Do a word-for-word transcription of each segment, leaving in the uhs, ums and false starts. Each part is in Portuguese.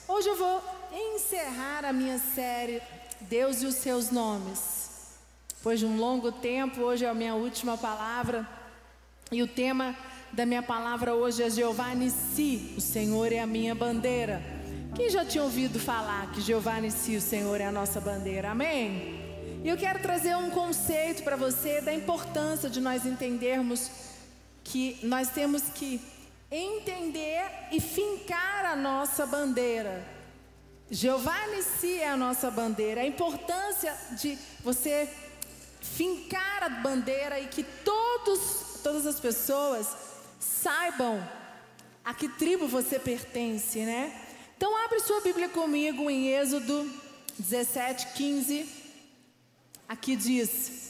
Hoje eu vou encerrar a minha série Deus e os seus nomes. Depois de um longo tempo, hoje é a minha última palavra. E o tema da minha palavra hoje é Jeová Nissi, o Senhor é a minha bandeira. Quem já tinha ouvido falar que Jeová Nissi, o Senhor é a nossa bandeira? Amém? E eu quero trazer um conceito para você da importância de nós entendermos que nós temos que entender e fincar a nossa bandeira. Jeová Nissi é a nossa bandeira. A importância de você fincar a bandeira e que todos, todas as pessoas saibam a que tribo você pertence, né? Então abre sua Bíblia comigo em Êxodo dezessete, quinze. Aqui diz: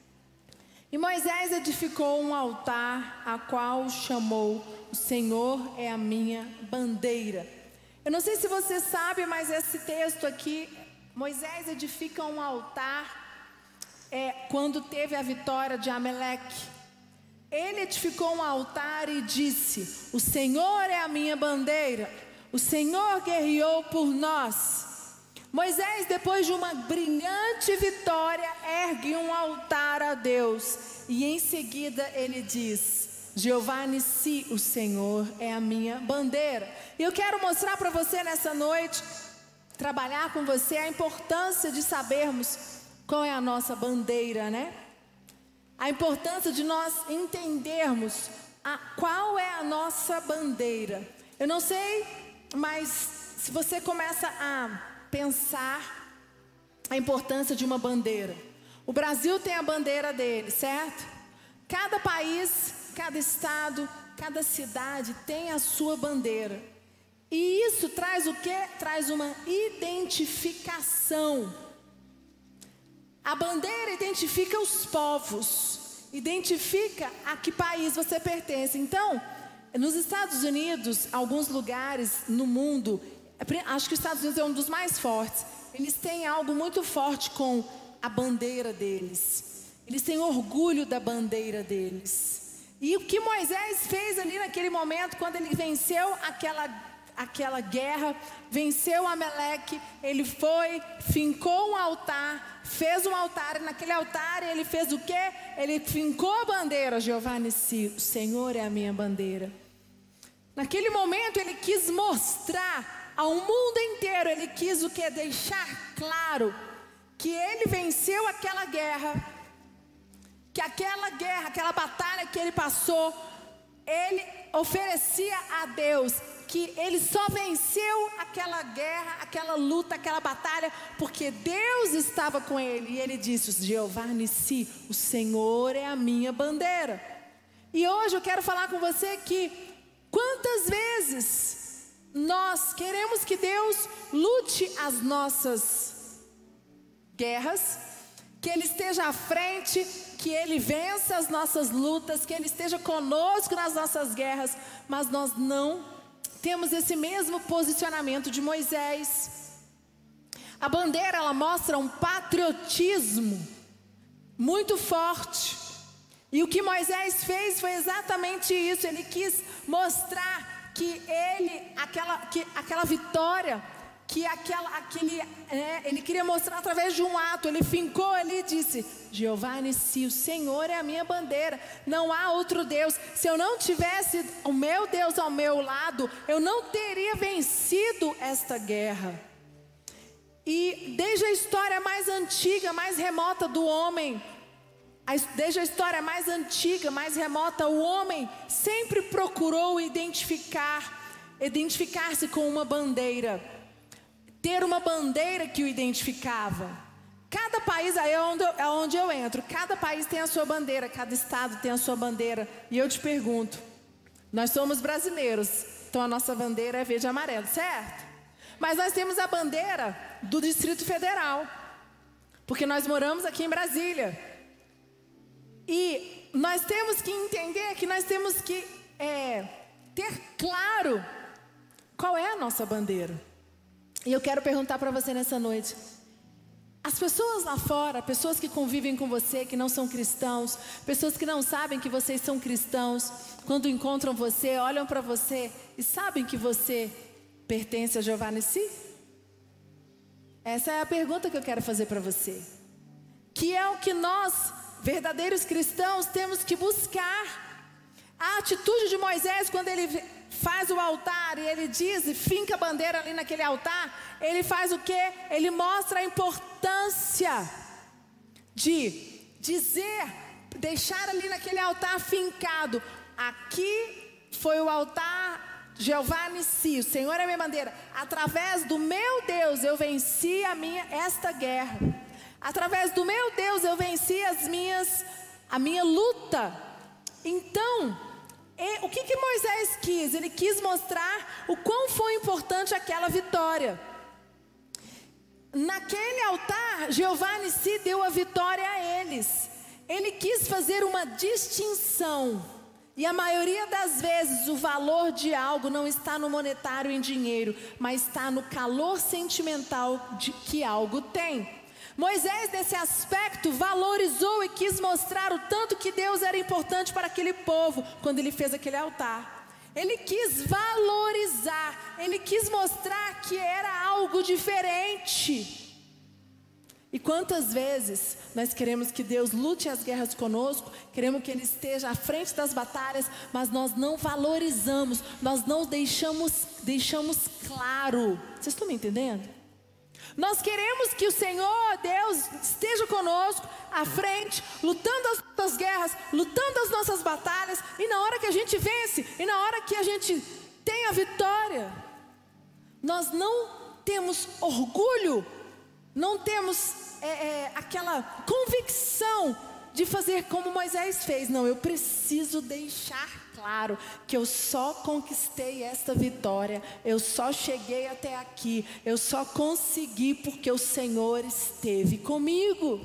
E Moisés edificou um altar, a qual chamou: O Senhor é a minha bandeira. Eu não sei se você sabe, mas esse texto aqui, Moisés edifica um altar é, quando teve a vitória de Amaleque. Ele edificou um altar e disse: O Senhor é a minha bandeira, o Senhor guerreou por nós. Moisés, depois de uma brilhante vitória, ergue um altar a Deus. E em seguida ele diz: Jeová Nissi, o Senhor é a minha bandeira. E eu quero mostrar para você nessa noite, trabalhar com você a importância de sabermos qual é a nossa bandeira, né? A importância de nós entendermos a, qual é a nossa bandeira. Eu não sei, mas se você começa a pensar a importância de uma bandeira. O Brasil tem a bandeira dele, certo? Cada país, cada estado, cada cidade tem a sua bandeira. E isso traz o quê? Traz uma identificação. A bandeira identifica os povos, identifica a que país você pertence. Então, nos Estados Unidos, alguns lugares no mundo, acho que os Estados Unidos é um dos mais fortes. Eles têm algo muito forte com a bandeira deles. Eles têm orgulho da bandeira deles. E o que Moisés fez ali naquele momento, quando ele venceu aquela, aquela guerra, venceu Amaleque, ele foi, fincou um altar, fez um altar, e naquele altar ele fez o quê? Ele fincou a bandeira, Jeová Nissi, o Senhor é a minha bandeira. Naquele momento ele quis mostrar ao mundo inteiro, ele quis o quê? Deixar claro que ele venceu aquela guerra, que aquela guerra, aquela batalha que ele passou, ele oferecia a Deus que ele só venceu aquela guerra, aquela luta, aquela batalha, porque Deus estava com ele. E ele disse: Jeová Nissi, o Senhor é a minha bandeira. E hoje eu quero falar com você que quantas vezes nós queremos que Deus lute as nossas guerras, que Ele esteja à frente, que Ele vença as nossas lutas, que Ele esteja conosco nas nossas guerras, mas nós não temos esse mesmo posicionamento de Moisés. A bandeira, ela mostra um patriotismo muito forte. E o que Moisés fez foi exatamente isso. Ele quis mostrar que ele, aquela, que, aquela vitória, que aquela, aquele, é, ele queria mostrar através de um ato. Ele fincou ali e disse: Jeová Nissi, o Senhor é a minha bandeira, não há outro Deus. Se eu não tivesse o meu Deus ao meu lado, eu não teria vencido esta guerra. E desde a história mais antiga, mais remota do homem, desde a história mais antiga, mais remota, o homem sempre procurou identificar, identificar-se com uma bandeira, ter uma bandeira que o identificava. Cada país, aí é onde, eu, é onde eu entro, cada país tem a sua bandeira, cada estado tem a sua bandeira. E eu te pergunto, nós somos brasileiros, então a nossa bandeira é verde e amarelo, certo? Mas nós temos a bandeira do Distrito Federal, porque nós moramos aqui em Brasília. E nós temos que entender que nós temos que é, ter claro qual é a nossa bandeira. E eu quero perguntar para você nessa noite: as pessoas lá fora, pessoas que convivem com você, que não são cristãos, pessoas que não sabem que vocês são cristãos, quando encontram você, olham para você e sabem que você pertence a Jeová Nissi? Essa é a pergunta que eu quero fazer para você. Que é o que nós, verdadeiros cristãos, temos que buscar. A atitude de Moisés, quando ele faz o altar e ele diz, e finca a bandeira ali naquele altar, ele faz o quê? Ele mostra a importância de dizer, deixar ali naquele altar fincado, aqui foi o altar Jeová Nissi, o Senhor é minha bandeira. Através do meu Deus eu venci a minha, esta guerra. Através do meu Deus eu venci as minhas, a minha luta. Então, e, o que que Moisés quis? Ele quis mostrar o quão foi importante aquela vitória. Naquele altar, Jeová Nissi deu a vitória a eles. Ele quis fazer uma distinção. E a maioria das vezes o valor de algo não está no monetário em dinheiro, mas está no calor sentimental de, que algo tem. Moisés, nesse aspecto, valorizou e quis mostrar o tanto que Deus era importante para aquele povo quando ele fez aquele altar. Ele quis valorizar, ele quis mostrar que era algo diferente. E quantas vezes nós queremos que Deus lute as guerras conosco, queremos que Ele esteja à frente das batalhas, mas nós não valorizamos, nós não deixamos, deixamos claro. Vocês estão me entendendo? Nós queremos que o Senhor, Deus, esteja conosco, à frente, lutando as nossas guerras, lutando as nossas batalhas, e na hora que a gente vence, e na hora que a gente tem a vitória, nós não temos orgulho, não temos é, é, aquela convicção de fazer como Moisés fez. Não, eu preciso deixar claro que eu só conquistei esta vitória, eu só cheguei até aqui, eu só consegui porque o Senhor esteve comigo.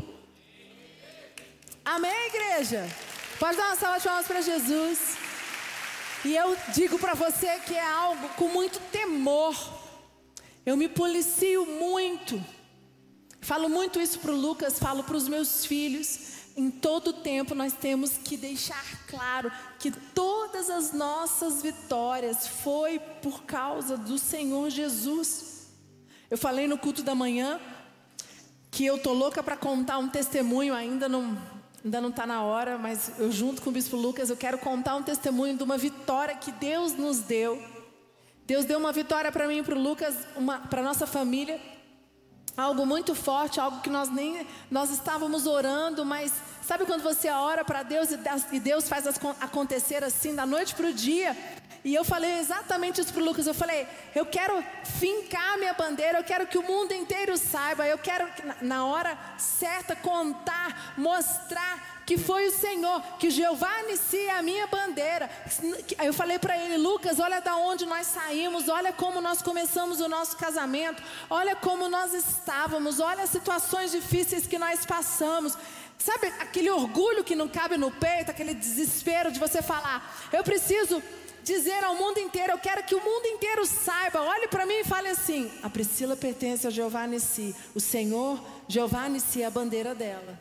Amém, igreja? Pode dar uma salva de palmas para Jesus. E eu digo para você que é algo com muito temor. Eu me policio muito. Falo muito isso para o Lucas, falo para os meus filhos. Em todo tempo nós temos que deixar claro que todas as nossas vitórias foi por causa do Senhor Jesus. Eu falei no culto da manhã que eu tô louca para contar um testemunho, ainda não ainda não está na hora, mas eu junto com o Bispo Lucas eu quero contar um testemunho de uma vitória que Deus nos deu. Deus deu uma vitória para mim e para o Lucas, para nossa família. Algo muito forte, algo que nós nem nós estávamos orando, mas sabe quando você ora para Deus e Deus faz acontecer assim da noite para o dia? E eu falei exatamente isso para o Lucas. Eu falei, eu quero fincar minha bandeira, eu quero que o mundo inteiro saiba, eu quero na hora certa contar, mostrar que foi o Senhor, que Jeová Nissi é a minha bandeira. Aí eu falei para ele, Lucas, olha da onde nós saímos, olha como nós começamos o nosso casamento, olha como nós estávamos, olha as situações difíceis que nós passamos. Sabe aquele orgulho que não cabe no peito, aquele desespero de você falar, eu preciso dizer ao mundo inteiro, eu quero que o mundo inteiro saiba, olhe para mim e fale assim, a Priscila pertence a Jeová Nissi, o Senhor, Jeová Nissi é a bandeira dela.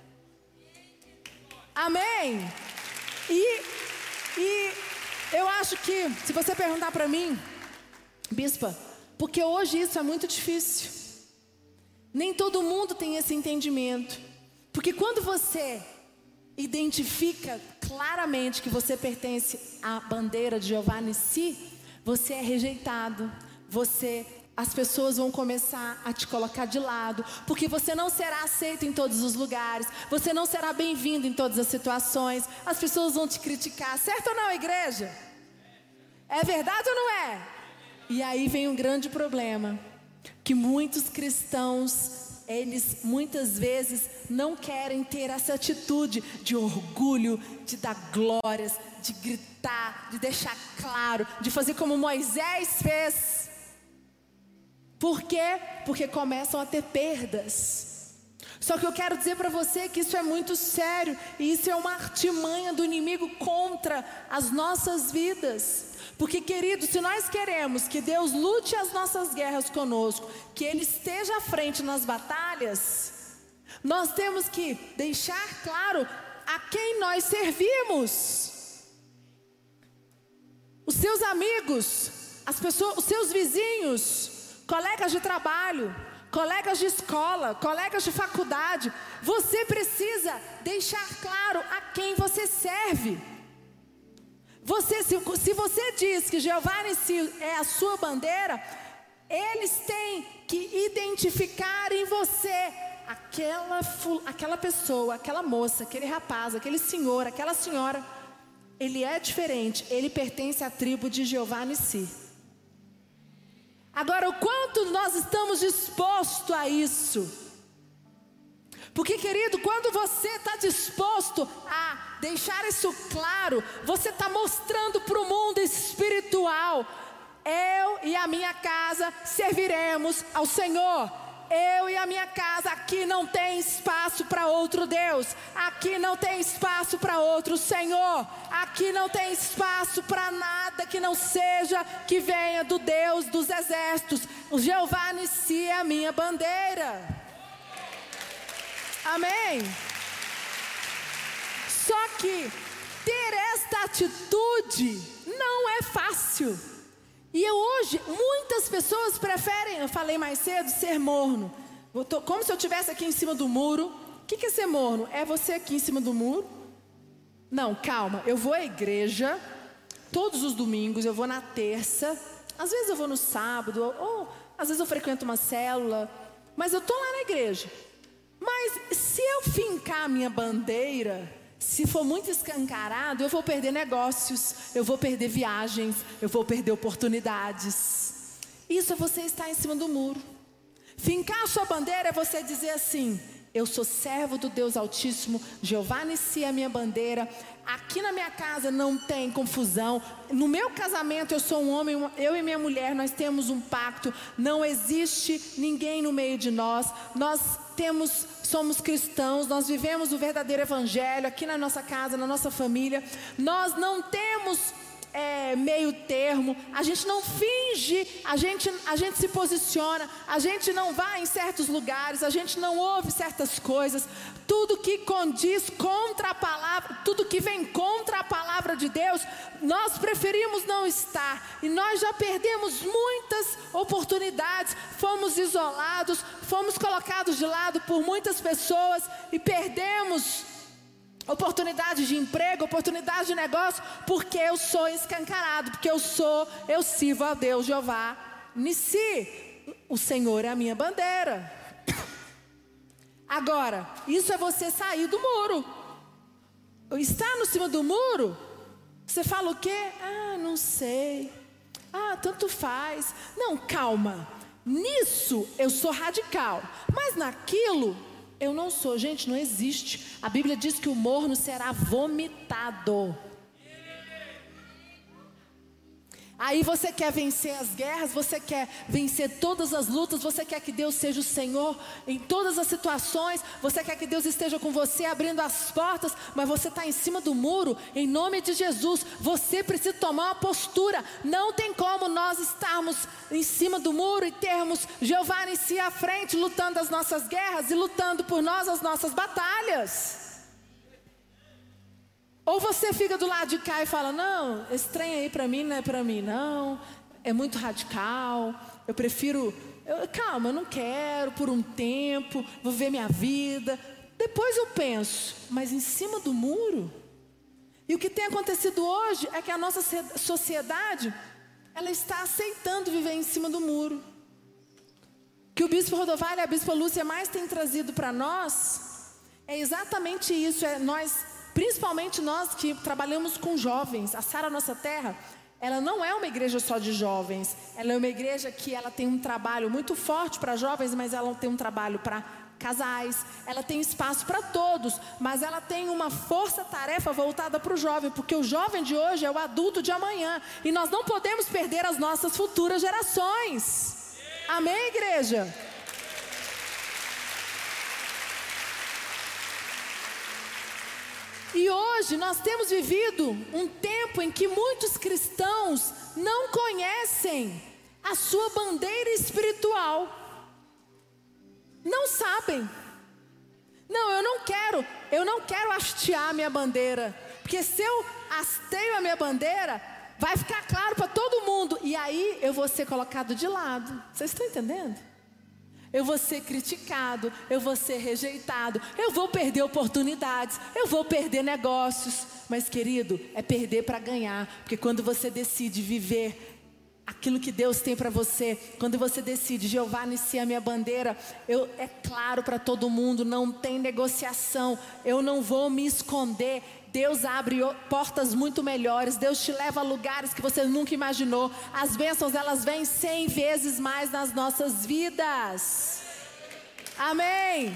Amém? E, e eu acho que, se você perguntar para mim, bispa, porque hoje isso é muito difícil. Nem todo mundo tem esse entendimento. Porque quando você identifica claramente que você pertence à bandeira de Jeová Nissi, você é rejeitado, você... as pessoas vão começar a te colocar de lado, porque você não será aceito em todos os lugares, você não será bem-vindo em todas as situações, as pessoas vão te criticar, certo ou não, igreja? É verdade ou não é? E aí vem um grande problema, que muitos cristãos, eles muitas vezes não querem ter essa atitude de orgulho, de dar glórias, de gritar, de deixar claro, de fazer como Moisés fez. Por quê? Porque começam a ter perdas. Só que eu quero dizer para você que isso é muito sério. E isso é uma artimanha do inimigo contra as nossas vidas. Porque, querido, se nós queremos que Deus lute as nossas guerras conosco, que Ele esteja à frente nas batalhas, nós temos que deixar claro a quem nós servimos. Os seus amigos, as pessoas, os seus vizinhos, colegas de trabalho, colegas de escola, colegas de faculdade. Você precisa deixar claro a quem você serve. Você, se, se você diz que Jeová Nissi é a sua bandeira, eles têm que identificar em você aquela, aquela pessoa, aquela moça, aquele rapaz, aquele senhor, aquela senhora. Ele é diferente, ele pertence à tribo de Jeová Nissi. Agora, o quanto nós estamos dispostos a isso? Porque, querido, quando você está disposto a deixar isso claro, você está mostrando para o mundo espiritual: eu e a minha casa serviremos ao Senhor. Eu e a minha casa, aqui não tem espaço para outro Deus. Aqui não tem espaço para outro Senhor. Aqui não tem espaço para nada que não seja, que venha do Deus dos exércitos. O Jeová Nissi é a minha bandeira. Amém? Só que ter esta atitude não é fácil. E eu hoje, muitas pessoas preferem, eu falei mais cedo, ser morno. Eu tô, como se eu estivesse aqui em cima do muro. O que, que é ser morno? É você aqui em cima do muro? Não, calma, eu vou à igreja todos os domingos, eu vou na terça, às vezes eu vou no sábado, ou, ou às vezes eu frequento uma célula, mas eu estou lá na igreja. Mas se eu fincar a minha bandeira, se for muito escancarado, eu vou perder negócios, eu vou perder viagens, eu vou perder oportunidades. Isso é você estar em cima do muro. Fincar a sua bandeira é você dizer assim: eu sou servo do Deus Altíssimo, Jeová Nissi é a minha bandeira. Aqui na minha casa não tem confusão. No meu casamento eu sou um homem, eu e minha mulher, nós temos um pacto. Não existe ninguém no meio de nós. Nós temos, somos cristãos, nós vivemos o verdadeiro evangelho aqui na nossa casa, na nossa família. Nós não temos é, meio termo, a gente não finge, a gente, a gente se posiciona, a gente não vai em certos lugares, a gente não ouve certas coisas. Tudo que condiz contra a palavra, tudo que vem contra a palavra de Deus, nós preferimos não estar. E nós já perdemos muitas oportunidades, fomos isolados, fomos colocados de lado por muitas pessoas e perdemos oportunidade de emprego, oportunidade de negócio, porque eu sou escancarado, porque eu sou, eu sirvo a Deus Jeová Nissi. O Senhor é a minha bandeira. Agora, isso é você sair do muro. Estar no cima do muro, você fala o quê? Ah, não sei. Ah, tanto faz. Não, calma. Nisso eu sou radical, mas naquilo eu não sou. Gente, não existe. A Bíblia diz que o morno será vomitado. Aí você quer vencer as guerras, você quer vencer todas as lutas, você quer que Deus seja o Senhor em todas as situações, você quer que Deus esteja com você abrindo as portas, mas você está em cima do muro. Em nome de Jesus, você precisa tomar uma postura. Não tem como nós estarmos em cima do muro e termos Jeová Nissi à frente, lutando as nossas guerras e lutando por nós as nossas batalhas. Ou você fica do lado de cá e fala: não, esse trem aí para mim não é para mim não, é muito radical, eu prefiro, eu, calma, eu não quero por um tempo, vou ver minha vida. Depois eu penso, mas em cima do muro? E o que tem acontecido hoje é que a nossa sociedade, ela está aceitando viver em cima do muro. Que o Bispo Rodovalho e a Bispa Lúcia mais têm trazido para nós é exatamente isso, é nós... Principalmente nós que trabalhamos com jovens. A Sara Nossa Terra, ela não é uma igreja só de jovens. Ela é uma igreja que ela tem um trabalho muito forte para jovens, mas ela tem um trabalho para casais. Ela tem espaço para todos, mas ela tem uma força-tarefa voltada para o jovem, porque o jovem de hoje é o adulto de amanhã. E nós não podemos perder as nossas futuras gerações. Amém, igreja? E hoje nós temos vivido um tempo em que muitos cristãos não conhecem a sua bandeira espiritual. Não sabem. Não, eu não quero, eu não quero hastear a minha bandeira. Porque se eu hasteio a minha bandeira, vai ficar claro para todo mundo. E aí eu vou ser colocado de lado. Vocês estão entendendo? Eu vou ser criticado, eu vou ser rejeitado, eu vou perder oportunidades, eu vou perder negócios. Mas, querido, é perder para ganhar. Porque quando você decide viver aquilo que Deus tem para você, quando você decide, Jeová Nissi é a minha bandeira, eu, é claro para todo mundo, não tem negociação, eu não vou me esconder. Deus abre portas muito melhores, Deus te leva a lugares que você nunca imaginou. As bênçãos, elas vêm cem vezes mais nas nossas vidas. Amém.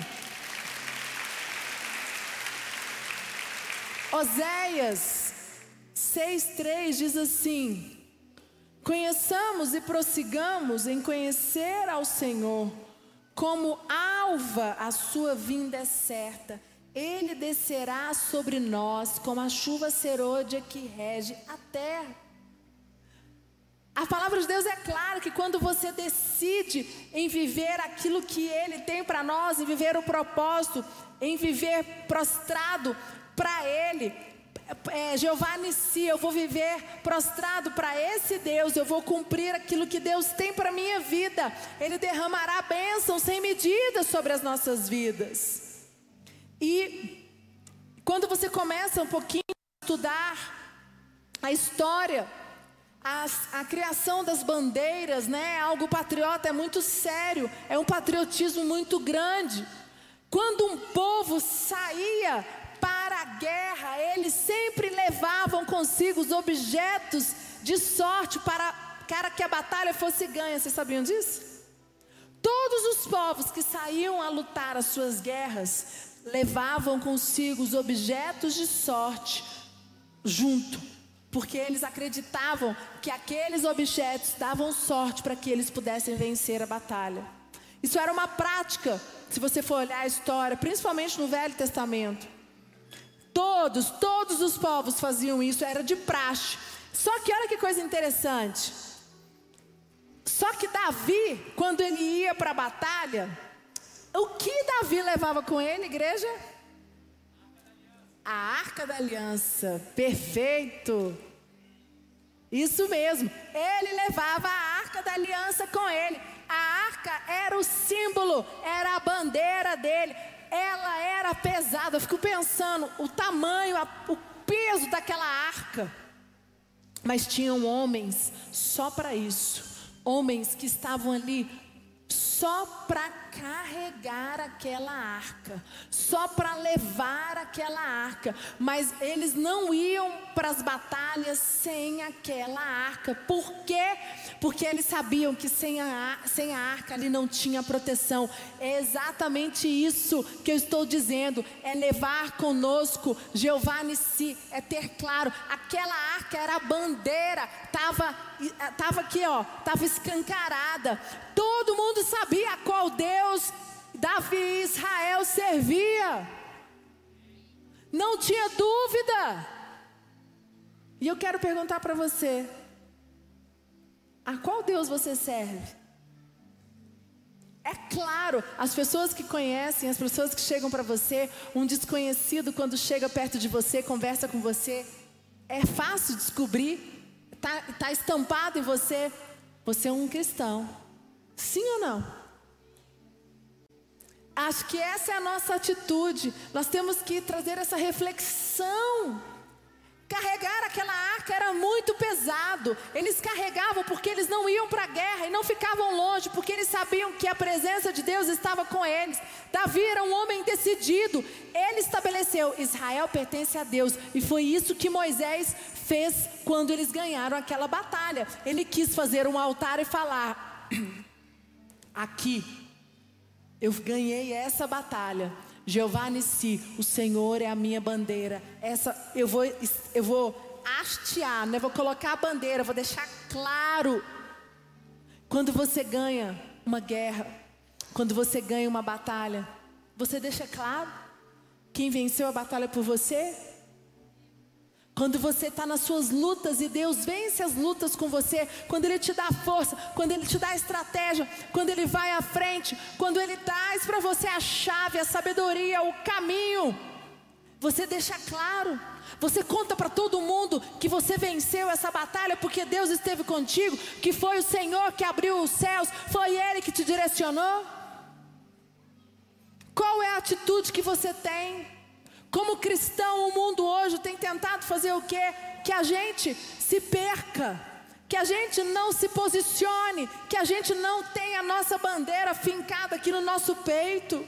Oséias seis, três diz assim: conheçamos e prossigamos em conhecer ao Senhor, como alva a sua vinda é certa. Ele descerá sobre nós como a chuva serôdia que rege a terra. A palavra de Deus é clara que quando você decide em viver aquilo que Ele tem para nós, em viver o propósito, em viver prostrado para Ele, é, Jeová Nissi, eu vou viver prostrado para esse Deus, eu vou cumprir aquilo que Deus tem para a minha vida. Ele derramará bênção sem medida sobre as nossas vidas. E quando você começa um pouquinho a estudar a história, a, a criação das bandeiras, né? Algo patriota, é muito sério, é um patriotismo muito grande. Quando um povo saía para a guerra, eles sempre levavam consigo os objetos de sorte para, para que a batalha fosse ganha. Vocês sabiam disso? Todos os povos que saíam a lutar as suas guerras levavam consigo os objetos de sorte junto, porque eles acreditavam que aqueles objetos davam sorte para que eles pudessem vencer a batalha. Isso era uma prática, se você for olhar a história, principalmente no Velho Testamento. Todos, todos os povos faziam isso, era de praxe. Só que olha que coisa interessante. Só que Davi, quando ele ia para a batalha, o que Davi levava com ele, igreja? A Arca da Aliança. Perfeito. Isso mesmo. Ele levava a Arca da Aliança com ele. A arca era o símbolo, era a bandeira dele. Ela era pesada. Eu fico pensando o tamanho, a, o peso daquela arca. Mas tinham homens só para isso. Homens que estavam ali só para carregar aquela arca, só para levar aquela arca. Mas eles não iam para as batalhas sem aquela arca. Por quê? Porque eles sabiam que sem a, sem a arca ali não tinha proteção. É exatamente isso que eu estou dizendo, é levar conosco Jeová Nissi, é ter claro, aquela arca era a bandeira, estava tava aqui, ó, estava escancarada. Todo mundo sabia a qual Deus Davi e Israel servia. Não tinha dúvida. E eu quero perguntar para você, a qual Deus você serve? É claro, as pessoas que conhecem, as pessoas que chegam para você, um desconhecido quando chega perto de você, conversa com você, é fácil descobrir. Está tá estampado em você, você é um cristão. Sim ou não? Acho que essa é a nossa atitude. Nós temos que trazer essa reflexão. Carregar aquela arca era muito pesado. Eles carregavam porque eles não iam para a guerra e não ficavam longe, porque eles sabiam que a presença de Deus estava com eles. Davi era um homem decidido. Ele estabeleceu, Israel pertence a Deus. E foi isso que Moisés fez quando eles ganharam aquela batalha. Ele quis fazer um altar e falar: aqui eu ganhei essa batalha. Jeová Nissi, o Senhor é a minha bandeira. Essa eu vou, eu vou hastear, né? Vou colocar a bandeira, vou deixar claro. Quando você ganha uma guerra, quando você ganha uma batalha, você deixa claro quem venceu a batalha por você. Quando você está nas suas lutas e Deus vence as lutas com você, quando Ele te dá força, quando Ele te dá estratégia, quando Ele vai à frente, quando Ele traz para você a chave, a sabedoria, o caminho, Você deixa claro. Você conta para todo mundo que você venceu essa batalha porque Deus esteve contigo, que foi o Senhor que abriu os céus, foi Ele que te direcionou. Qual é a atitude que você tem? Como cristão, o mundo hoje tem tentado fazer o quê? Que a gente se perca, que a gente não se posicione, que a gente não tenha a nossa bandeira fincada aqui no nosso peito.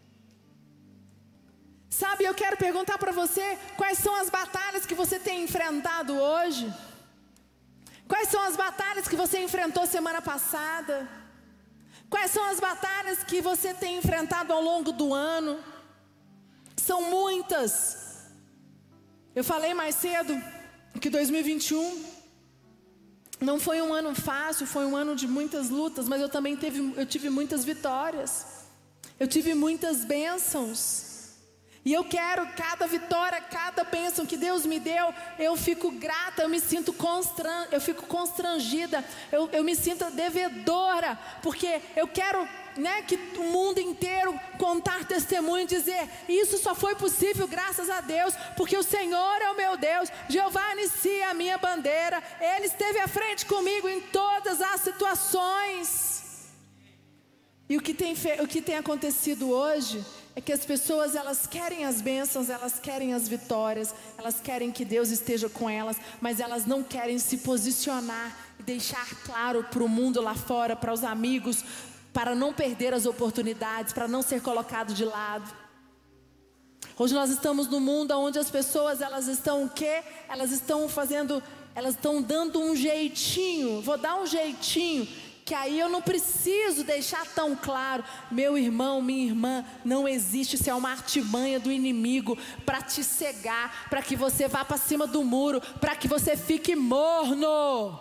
Sabe, eu quero perguntar para você, quais são as batalhas que você tem enfrentado hoje? Quais são as batalhas que você enfrentou semana passada? Quais são as batalhas que você tem enfrentado ao longo do ano? São muitas. Eu falei mais cedo que dois mil e vinte e um não foi um ano fácil, foi um ano de muitas lutas, mas eu também teve, eu tive muitas vitórias. Eu tive muitas bênçãos. E eu quero cada vitória, cada bênção que Deus me deu, eu fico grata, eu me sinto constran, eu fico constrangida, eu, eu me sinto devedora, porque eu quero, né, que o mundo inteiro contar testemunho e dizer, isso só foi possível graças a Deus, porque o Senhor é o meu Deus, Jeová Nissi é a minha bandeira, Ele esteve à frente comigo em todas as situações. E o que tem, o que tem acontecido hoje é que as pessoas, elas querem as bênçãos, elas querem as vitórias, elas querem que Deus esteja com elas, mas elas não querem se posicionar e deixar claro para o mundo lá fora, para os amigos, para não perder as oportunidades, para não ser colocado de lado. Hoje nós estamos num mundo onde as pessoas, elas estão o quê? Elas estão fazendo, elas estão dando um jeitinho, vou dar um jeitinho, que aí eu não preciso deixar tão claro, meu irmão, minha irmã, não existe, isso é uma artimanha do inimigo para te cegar, para que você vá para cima do muro, para que você fique morno.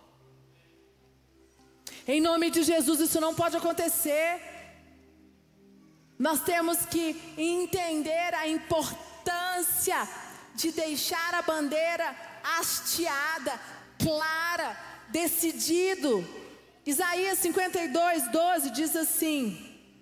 Em nome de Jesus, isso não pode acontecer. Nós temos que entender a importância de deixar a bandeira hasteada, clara, decidido. Isaías cinquenta e dois, doze diz assim: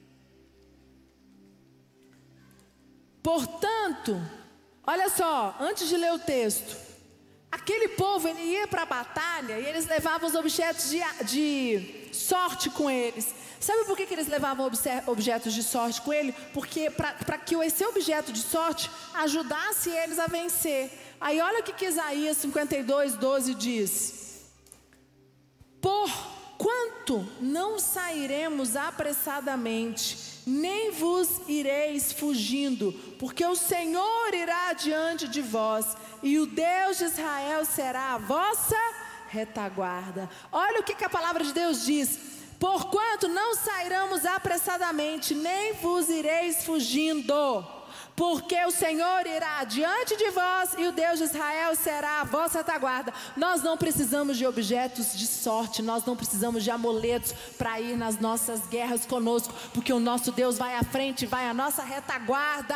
portanto, olha só, antes de ler o texto, aquele povo, ele ia para a batalha e eles levavam os objetos de, de sorte com eles. Sabe por que, que eles levavam objetos de sorte com ele? Porque para que esse objeto de sorte ajudasse eles a vencer. Aí olha o que, que Isaías cinquenta e dois, doze diz: por quanto não sairemos apressadamente, nem vos ireis fugindo, porque o Senhor irá adiante de vós, e o Deus de Israel será a vossa retaguarda. Olha o que, que a palavra de Deus diz: porquanto não sairemos apressadamente, nem vos ireis fugindo, porque o Senhor irá adiante de vós e o Deus de Israel será a vossa retaguarda. Nós não precisamos de objetos de sorte, nós não precisamos de amuletos para ir nas nossas guerras conosco, porque o nosso Deus vai à frente, vai à nossa retaguarda.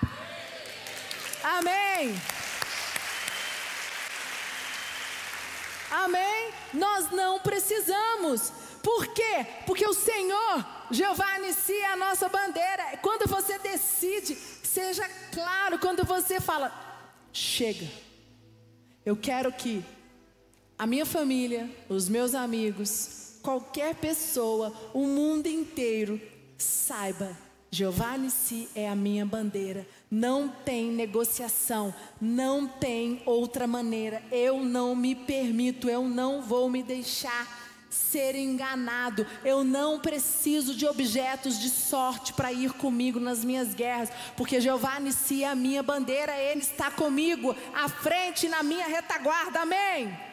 Amém. Amém. Nós não precisamos. Por quê? Porque o Senhor, Jeová Nissi, é a nossa bandeira. Quando você decide, seja claro, quando você fala, chega, eu quero que a minha família, os meus amigos, qualquer pessoa, o mundo inteiro saiba, Jeová Nissi é a minha bandeira. Não tem negociação, não tem outra maneira. Eu não me permito, eu não vou me deixar ser enganado. Eu não preciso de objetos de sorte para ir comigo nas minhas guerras, porque Jeová Nissi é a minha bandeira, Ele está comigo, à frente, na minha retaguarda. Amém? Amém.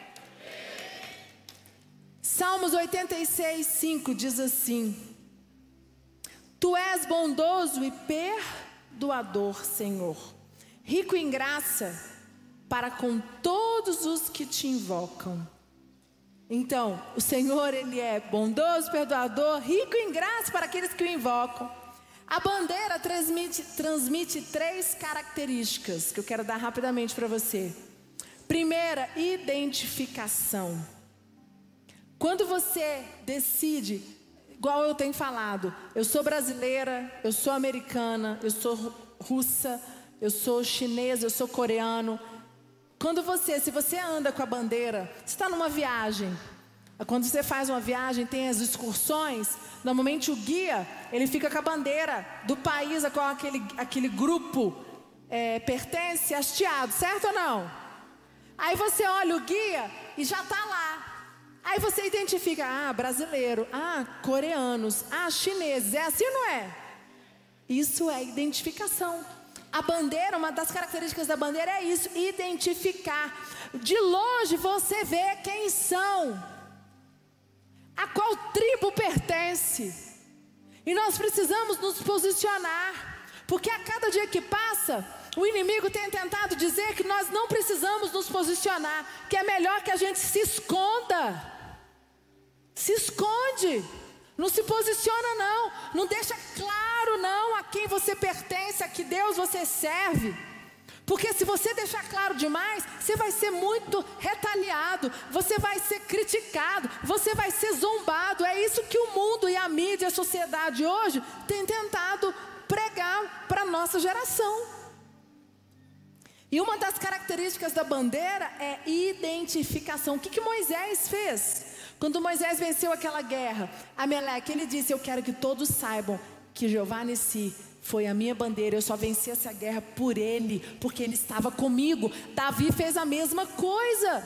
Salmos oitenta e seis, cinco diz assim: Tu és bondoso e perdoador, Senhor, rico em graça para com todos os que te invocam. Então, o Senhor, Ele é bondoso, perdoador, rico em graça para aqueles que o invocam. A bandeira transmite, transmite três características que eu quero dar rapidamente para você. Primeira, identificação. Quando você decide, igual eu tenho falado, eu sou brasileira, eu sou americana, eu sou russa, eu sou chinês, eu sou coreano. Quando você, se você anda com a bandeira, você está numa viagem. Quando você faz uma viagem, tem as excursões, normalmente o guia, ele fica com a bandeira do país a qual aquele, aquele grupo é, pertence, hasteado, certo ou não? Aí você olha o guia e já está lá. Aí você identifica, ah, brasileiro, ah, coreanos, ah, chineses, é assim ou não é? Isso é identificação. A bandeira, uma das características da bandeira é isso, identificar. De longe você vê quem são. A qual tribo pertence. E nós precisamos nos posicionar. Porque a cada dia que passa, o inimigo tem tentado dizer que nós não precisamos nos posicionar, que é melhor que a gente se esconda. Se esconde. Não se posiciona não. Não deixa claro não a quem você pertence, a que Deus você serve. Porque se você deixar claro demais, você vai ser muito retaliado, você vai ser criticado, você vai ser zombado. É isso que o mundo e a mídia, a sociedade hoje tem tentado pregar para a nossa geração. E uma das características da bandeira é identificação. O que, que Moisés fez? Quando Moisés venceu aquela guerra, Amaleque, ele disse, eu quero que todos saibam que Jeová Nissi foi a minha bandeira, eu só venci essa guerra por ele, porque ele estava comigo. Davi fez a mesma coisa.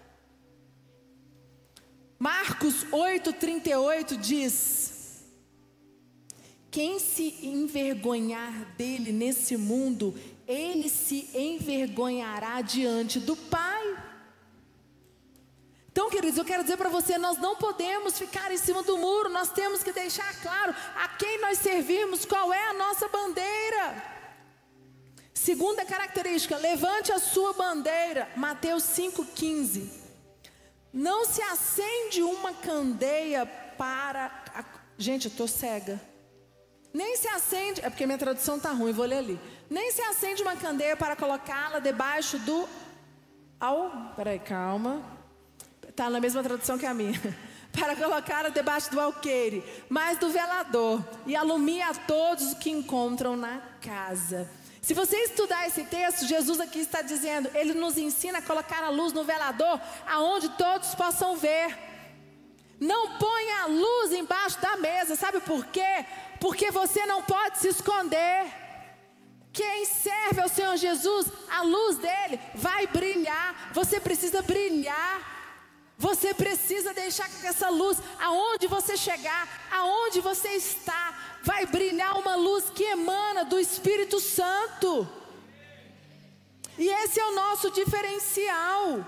Marcos oito, trinta e oito diz, quem se envergonhar dele nesse mundo, ele se envergonhará diante do Pai. Então, queridos, eu quero dizer para você, nós não podemos ficar em cima do muro, nós temos que deixar claro a quem nós servimos, qual é a nossa bandeira. Segunda característica, levante a sua bandeira, Mateus cinco, quinze. Não se acende uma candeia para... A... Gente, eu estou cega. Nem se acende, é porque minha tradução está ruim, vou ler ali. Nem se acende uma candeia para colocá-la debaixo do... Ao... Peraí, calma... Está na mesma tradução que a minha. Para colocar debaixo do alqueire, mas do velador, e alumia a todos os que encontram na casa. Se você estudar esse texto, Jesus aqui está dizendo, ele nos ensina a colocar a luz no velador, aonde todos possam ver. Não ponha a luz embaixo da mesa, sabe por quê? Porque você não pode se esconder. Quem serve ao Senhor Jesus, a luz dele vai brilhar. Você precisa brilhar. Você precisa deixar que essa luz, aonde você chegar, aonde você está, vai brilhar uma luz que emana do Espírito Santo. E esse é o nosso diferencial.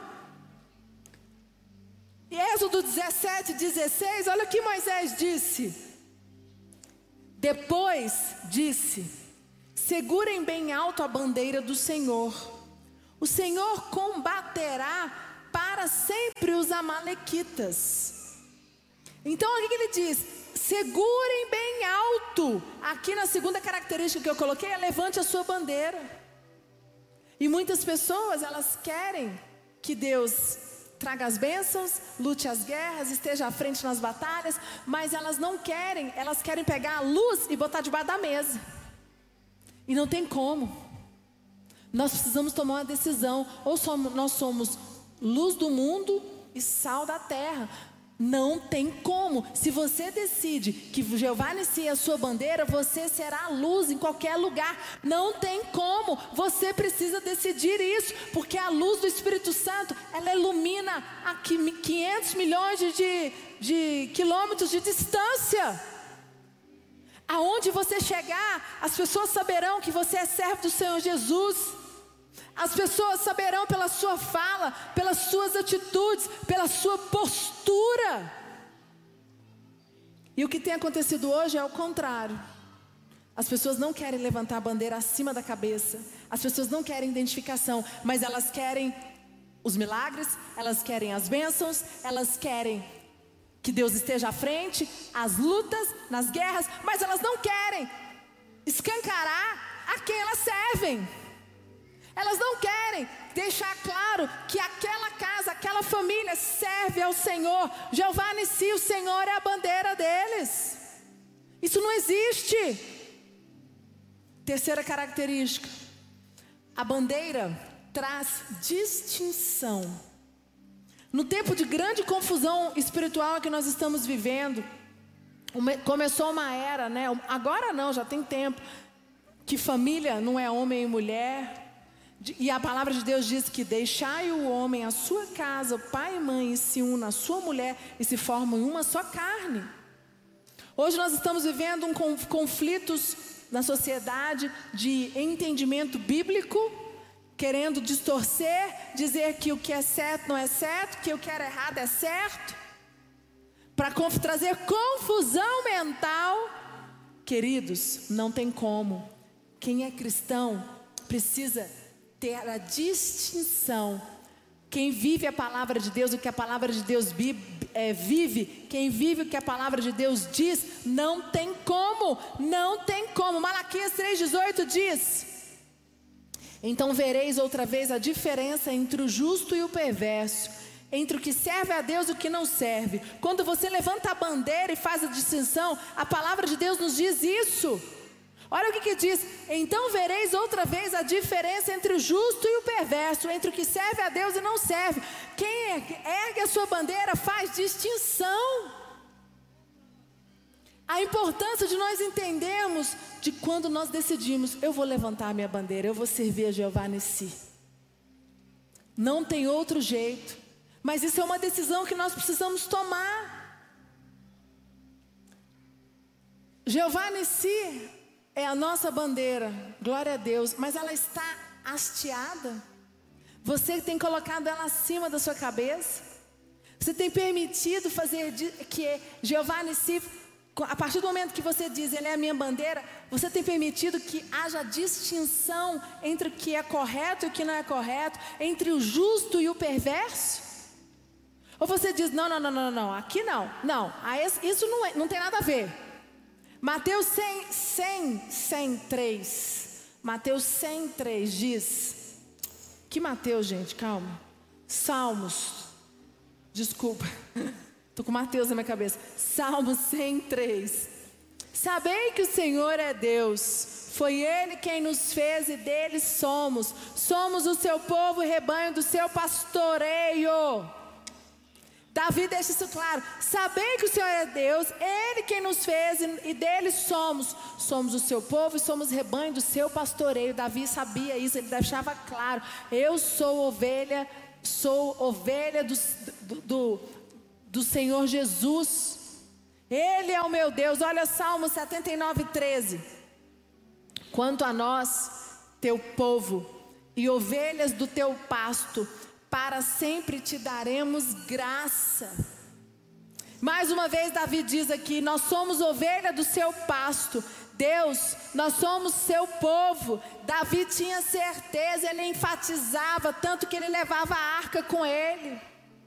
Em Êxodo dezessete, dezesseis, olha o que Moisés disse. Depois disse, segurem bem alto a bandeira do Senhor. O Senhor combaterá para sempre os amalequitas. Então o que ele diz? Segurem bem alto. Aqui na segunda característica que eu coloquei é levante a sua bandeira. E muitas pessoas, elas querem que Deus traga as bênçãos, lute as guerras, esteja à frente nas batalhas, mas elas não querem, elas querem pegar a luz e botar debaixo da mesa. E não tem como. Nós precisamos tomar uma decisão. Ou somos, nós somos luz do mundo e sal da terra. Não tem como. Se você decide que Jeová Nissi é a sua bandeira, você será luz em qualquer lugar. Não tem como. Você precisa decidir isso, porque a luz do Espírito Santo, ela ilumina a quinhentos milhões de, de, de quilômetros de distância. Aonde você chegar, as pessoas saberão que você é servo do Senhor Jesus. As pessoas saberão pela sua fala, pelas suas atitudes, pela sua postura. E o que tem acontecido hoje é o contrário. As pessoas não querem levantar a bandeira acima da cabeça. As pessoas não querem identificação, mas elas querem os milagres, elas querem as bênçãos, elas querem que Deus esteja à frente, as lutas, nas guerras, mas elas não querem escancarar a quem elas servem. Elas não querem deixar claro que aquela casa, aquela família serve ao Senhor. Jeová Nissi, o Senhor é a bandeira deles. Isso não existe. Terceira característica. A bandeira traz distinção. No tempo de grande confusão espiritual que nós estamos vivendo, começou uma era, né? Agora não, já tem tempo, que família não é homem e mulher. E a palavra de Deus diz que deixai o homem a sua casa, o pai e mãe, e se une a sua mulher e se formam em uma só carne. Hoje nós estamos vivendo um conflitos na sociedade de entendimento bíblico, querendo distorcer, dizer que o que é certo não é certo, que o que era errado é certo, para trazer confusão mental. Queridos, não tem como. Quem é cristão precisa ter a distinção. Quem vive a palavra de Deus, o que a palavra de Deus é, vive, quem vive o que a palavra de Deus diz, não tem como, não tem como. Malaquias três, dezoito diz: então vereis outra vez a diferença entre o justo e o perverso, entre o que serve a Deus e o que não serve. Quando você levanta a bandeira e faz a distinção, a palavra de Deus nos diz isso. Olha o que que diz: então vereis outra vez a diferença entre o justo e o perverso, entre o que serve a Deus e não serve. Quem ergue a sua bandeira faz distinção. A importância de nós entendermos de quando nós decidimos: eu vou levantar a minha bandeira, eu vou servir a Jeová Nissi. Não tem outro jeito, mas isso é uma decisão que nós precisamos tomar. Jeová Nissi é a nossa bandeira, glória a Deus, mas ela está hasteada. Você tem colocado ela acima da sua cabeça. Você tem permitido fazer que Jeová Nissi, a partir do momento que você diz, ele é a minha bandeira, você tem permitido que haja distinção entre o que é correto e o que não é correto, entre o justo e o perverso? Ou você diz, não, não, não, não, não, aqui não, não, isso não, é, não tem nada a ver. Mateus cem, cem, cem, três, Mateus cem, três diz, que Mateus, gente, calma, Salmos, desculpa, estou com Mateus na minha cabeça, Salmos cem, três, sabei que o Senhor é Deus, foi Ele quem nos fez e dele somos, somos o seu povo e rebanho do seu pastoreio. Davi deixa isso claro, sabei que o Senhor é Deus, Ele quem nos fez e dele somos, somos o seu povo e somos rebanho do seu pastoreio. Davi sabia isso, ele deixava claro, eu sou ovelha, sou ovelha do, do, do, do Senhor Jesus, Ele é o meu Deus. Olha Salmo setenta e nove, treze, quanto a nós, teu povo e ovelhas do teu pasto, para sempre te daremos graça. Mais uma vez Davi diz aqui, nós somos ovelha do seu pasto. Deus, nós somos seu povo. Davi tinha certeza, ele enfatizava, tanto que ele levava a arca com ele.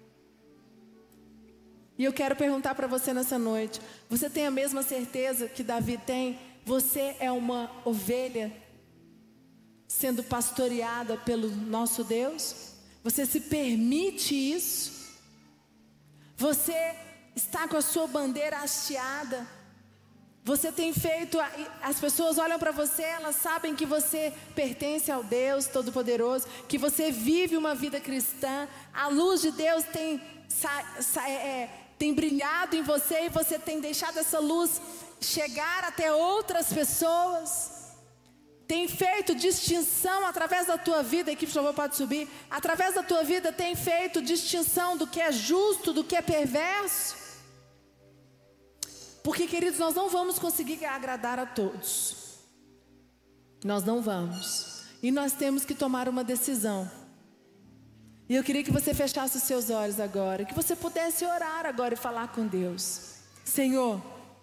E eu quero perguntar para você nessa noite, você tem a mesma certeza que Davi tem? Você é uma ovelha sendo pastoreada pelo nosso Deus? Você se permite isso? Você está com a sua bandeira hasteada? Você tem feito, as pessoas olham para você, elas sabem que você pertence ao Deus Todo-Poderoso, que você vive uma vida cristã, a luz de Deus tem, é, tem brilhado em você e você tem deixado essa luz chegar até outras pessoas. Tem feito distinção através da tua vida, a equipe de louvor pode subir, através da tua vida tem feito distinção do que é justo, do que é perverso. Porque, queridos, nós não vamos conseguir agradar a todos. Nós não vamos. E nós temos que tomar uma decisão. E eu queria que você fechasse os seus olhos agora, que você pudesse orar agora e falar com Deus. Senhor,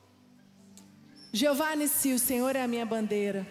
Jeová Nissi, o Senhor é a minha bandeira.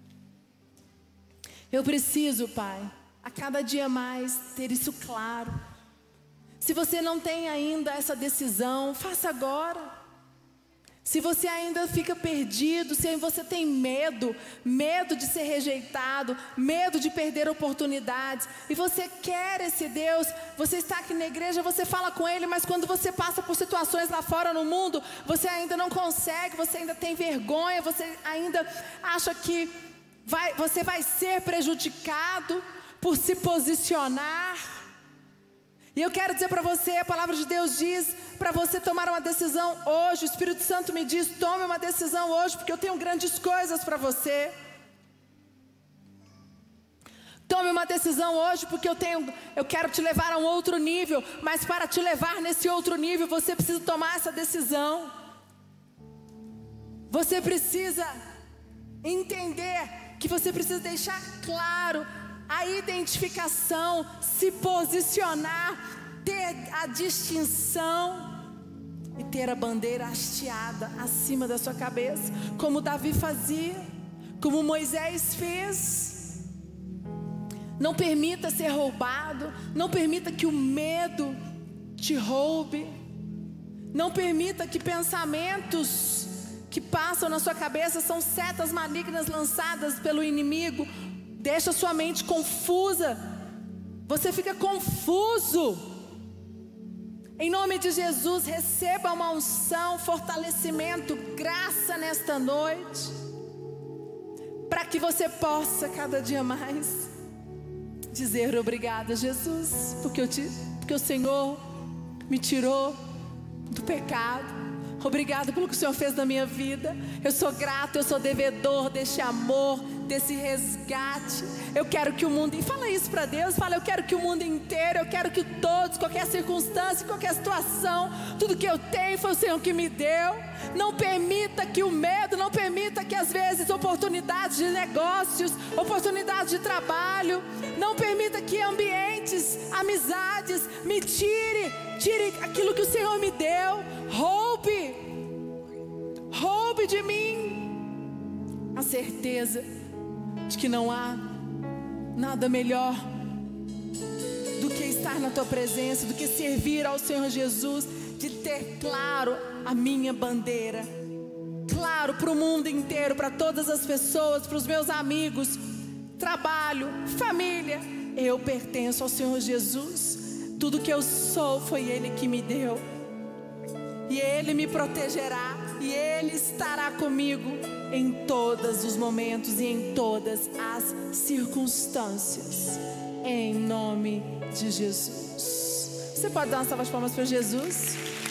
Eu preciso, Pai, a cada dia mais ter isso claro. Se você não tem ainda essa decisão, faça agora. Se você ainda fica perdido, se você tem medo, medo de ser rejeitado, medo de perder oportunidades, e você quer esse Deus, você está aqui na igreja, você fala com Ele, mas quando você passa por situações lá fora no mundo, você ainda não consegue, você ainda tem vergonha, você ainda acha que vai, você vai ser prejudicado por se posicionar. E eu quero dizer para você, a palavra de Deus diz para você tomar uma decisão hoje. O Espírito Santo me diz, tome uma decisão hoje, porque eu tenho grandes coisas para você. Tome uma decisão hoje, porque eu tenho, eu quero te levar a um outro nível. Mas para te levar nesse outro nível, você precisa tomar essa decisão. Você precisa entender que você precisa deixar claro a identificação, se posicionar, ter a distinção e ter a bandeira hasteada acima da sua cabeça, como Davi fazia, como Moisés fez. Não permita ser roubado, não permita que o medo te roube, não permita que pensamentos que passam na sua cabeça são setas malignas lançadas pelo inimigo. Deixa sua mente confusa. Você fica confuso. Em nome de Jesus, receba uma unção, fortalecimento, graça nesta noite, para que você possa cada dia mais dizer obrigada, Jesus, porque, eu te, porque o Senhor me tirou do pecado. Obrigado pelo que o Senhor fez na minha vida. Eu sou grato, eu sou devedor deste amor, desse resgate. Eu quero que o mundo, e fala isso para Deus, fala, eu quero que o mundo inteiro, eu quero que todos, qualquer circunstância, qualquer situação, tudo que eu tenho foi o Senhor que me deu. Não permita que o medo, não permita que às vezes oportunidades de negócios, oportunidades de trabalho, não permita que ambientes, amizades me tire, tire aquilo que o Senhor me deu. Roube, roube de mim a certeza de que não há nada melhor do que estar na tua presença, do que servir ao Senhor Jesus, de ter claro a minha bandeira, claro para o mundo inteiro, para todas as pessoas, para os meus amigos, trabalho, família. Eu pertenço ao Senhor Jesus. Tudo que eu sou foi Ele que me deu, e Ele me protegerá, e Ele estará comigo em todos os momentos e em todas as circunstâncias, em nome de Jesus. Você pode dar uma salva de palmas para Jesus?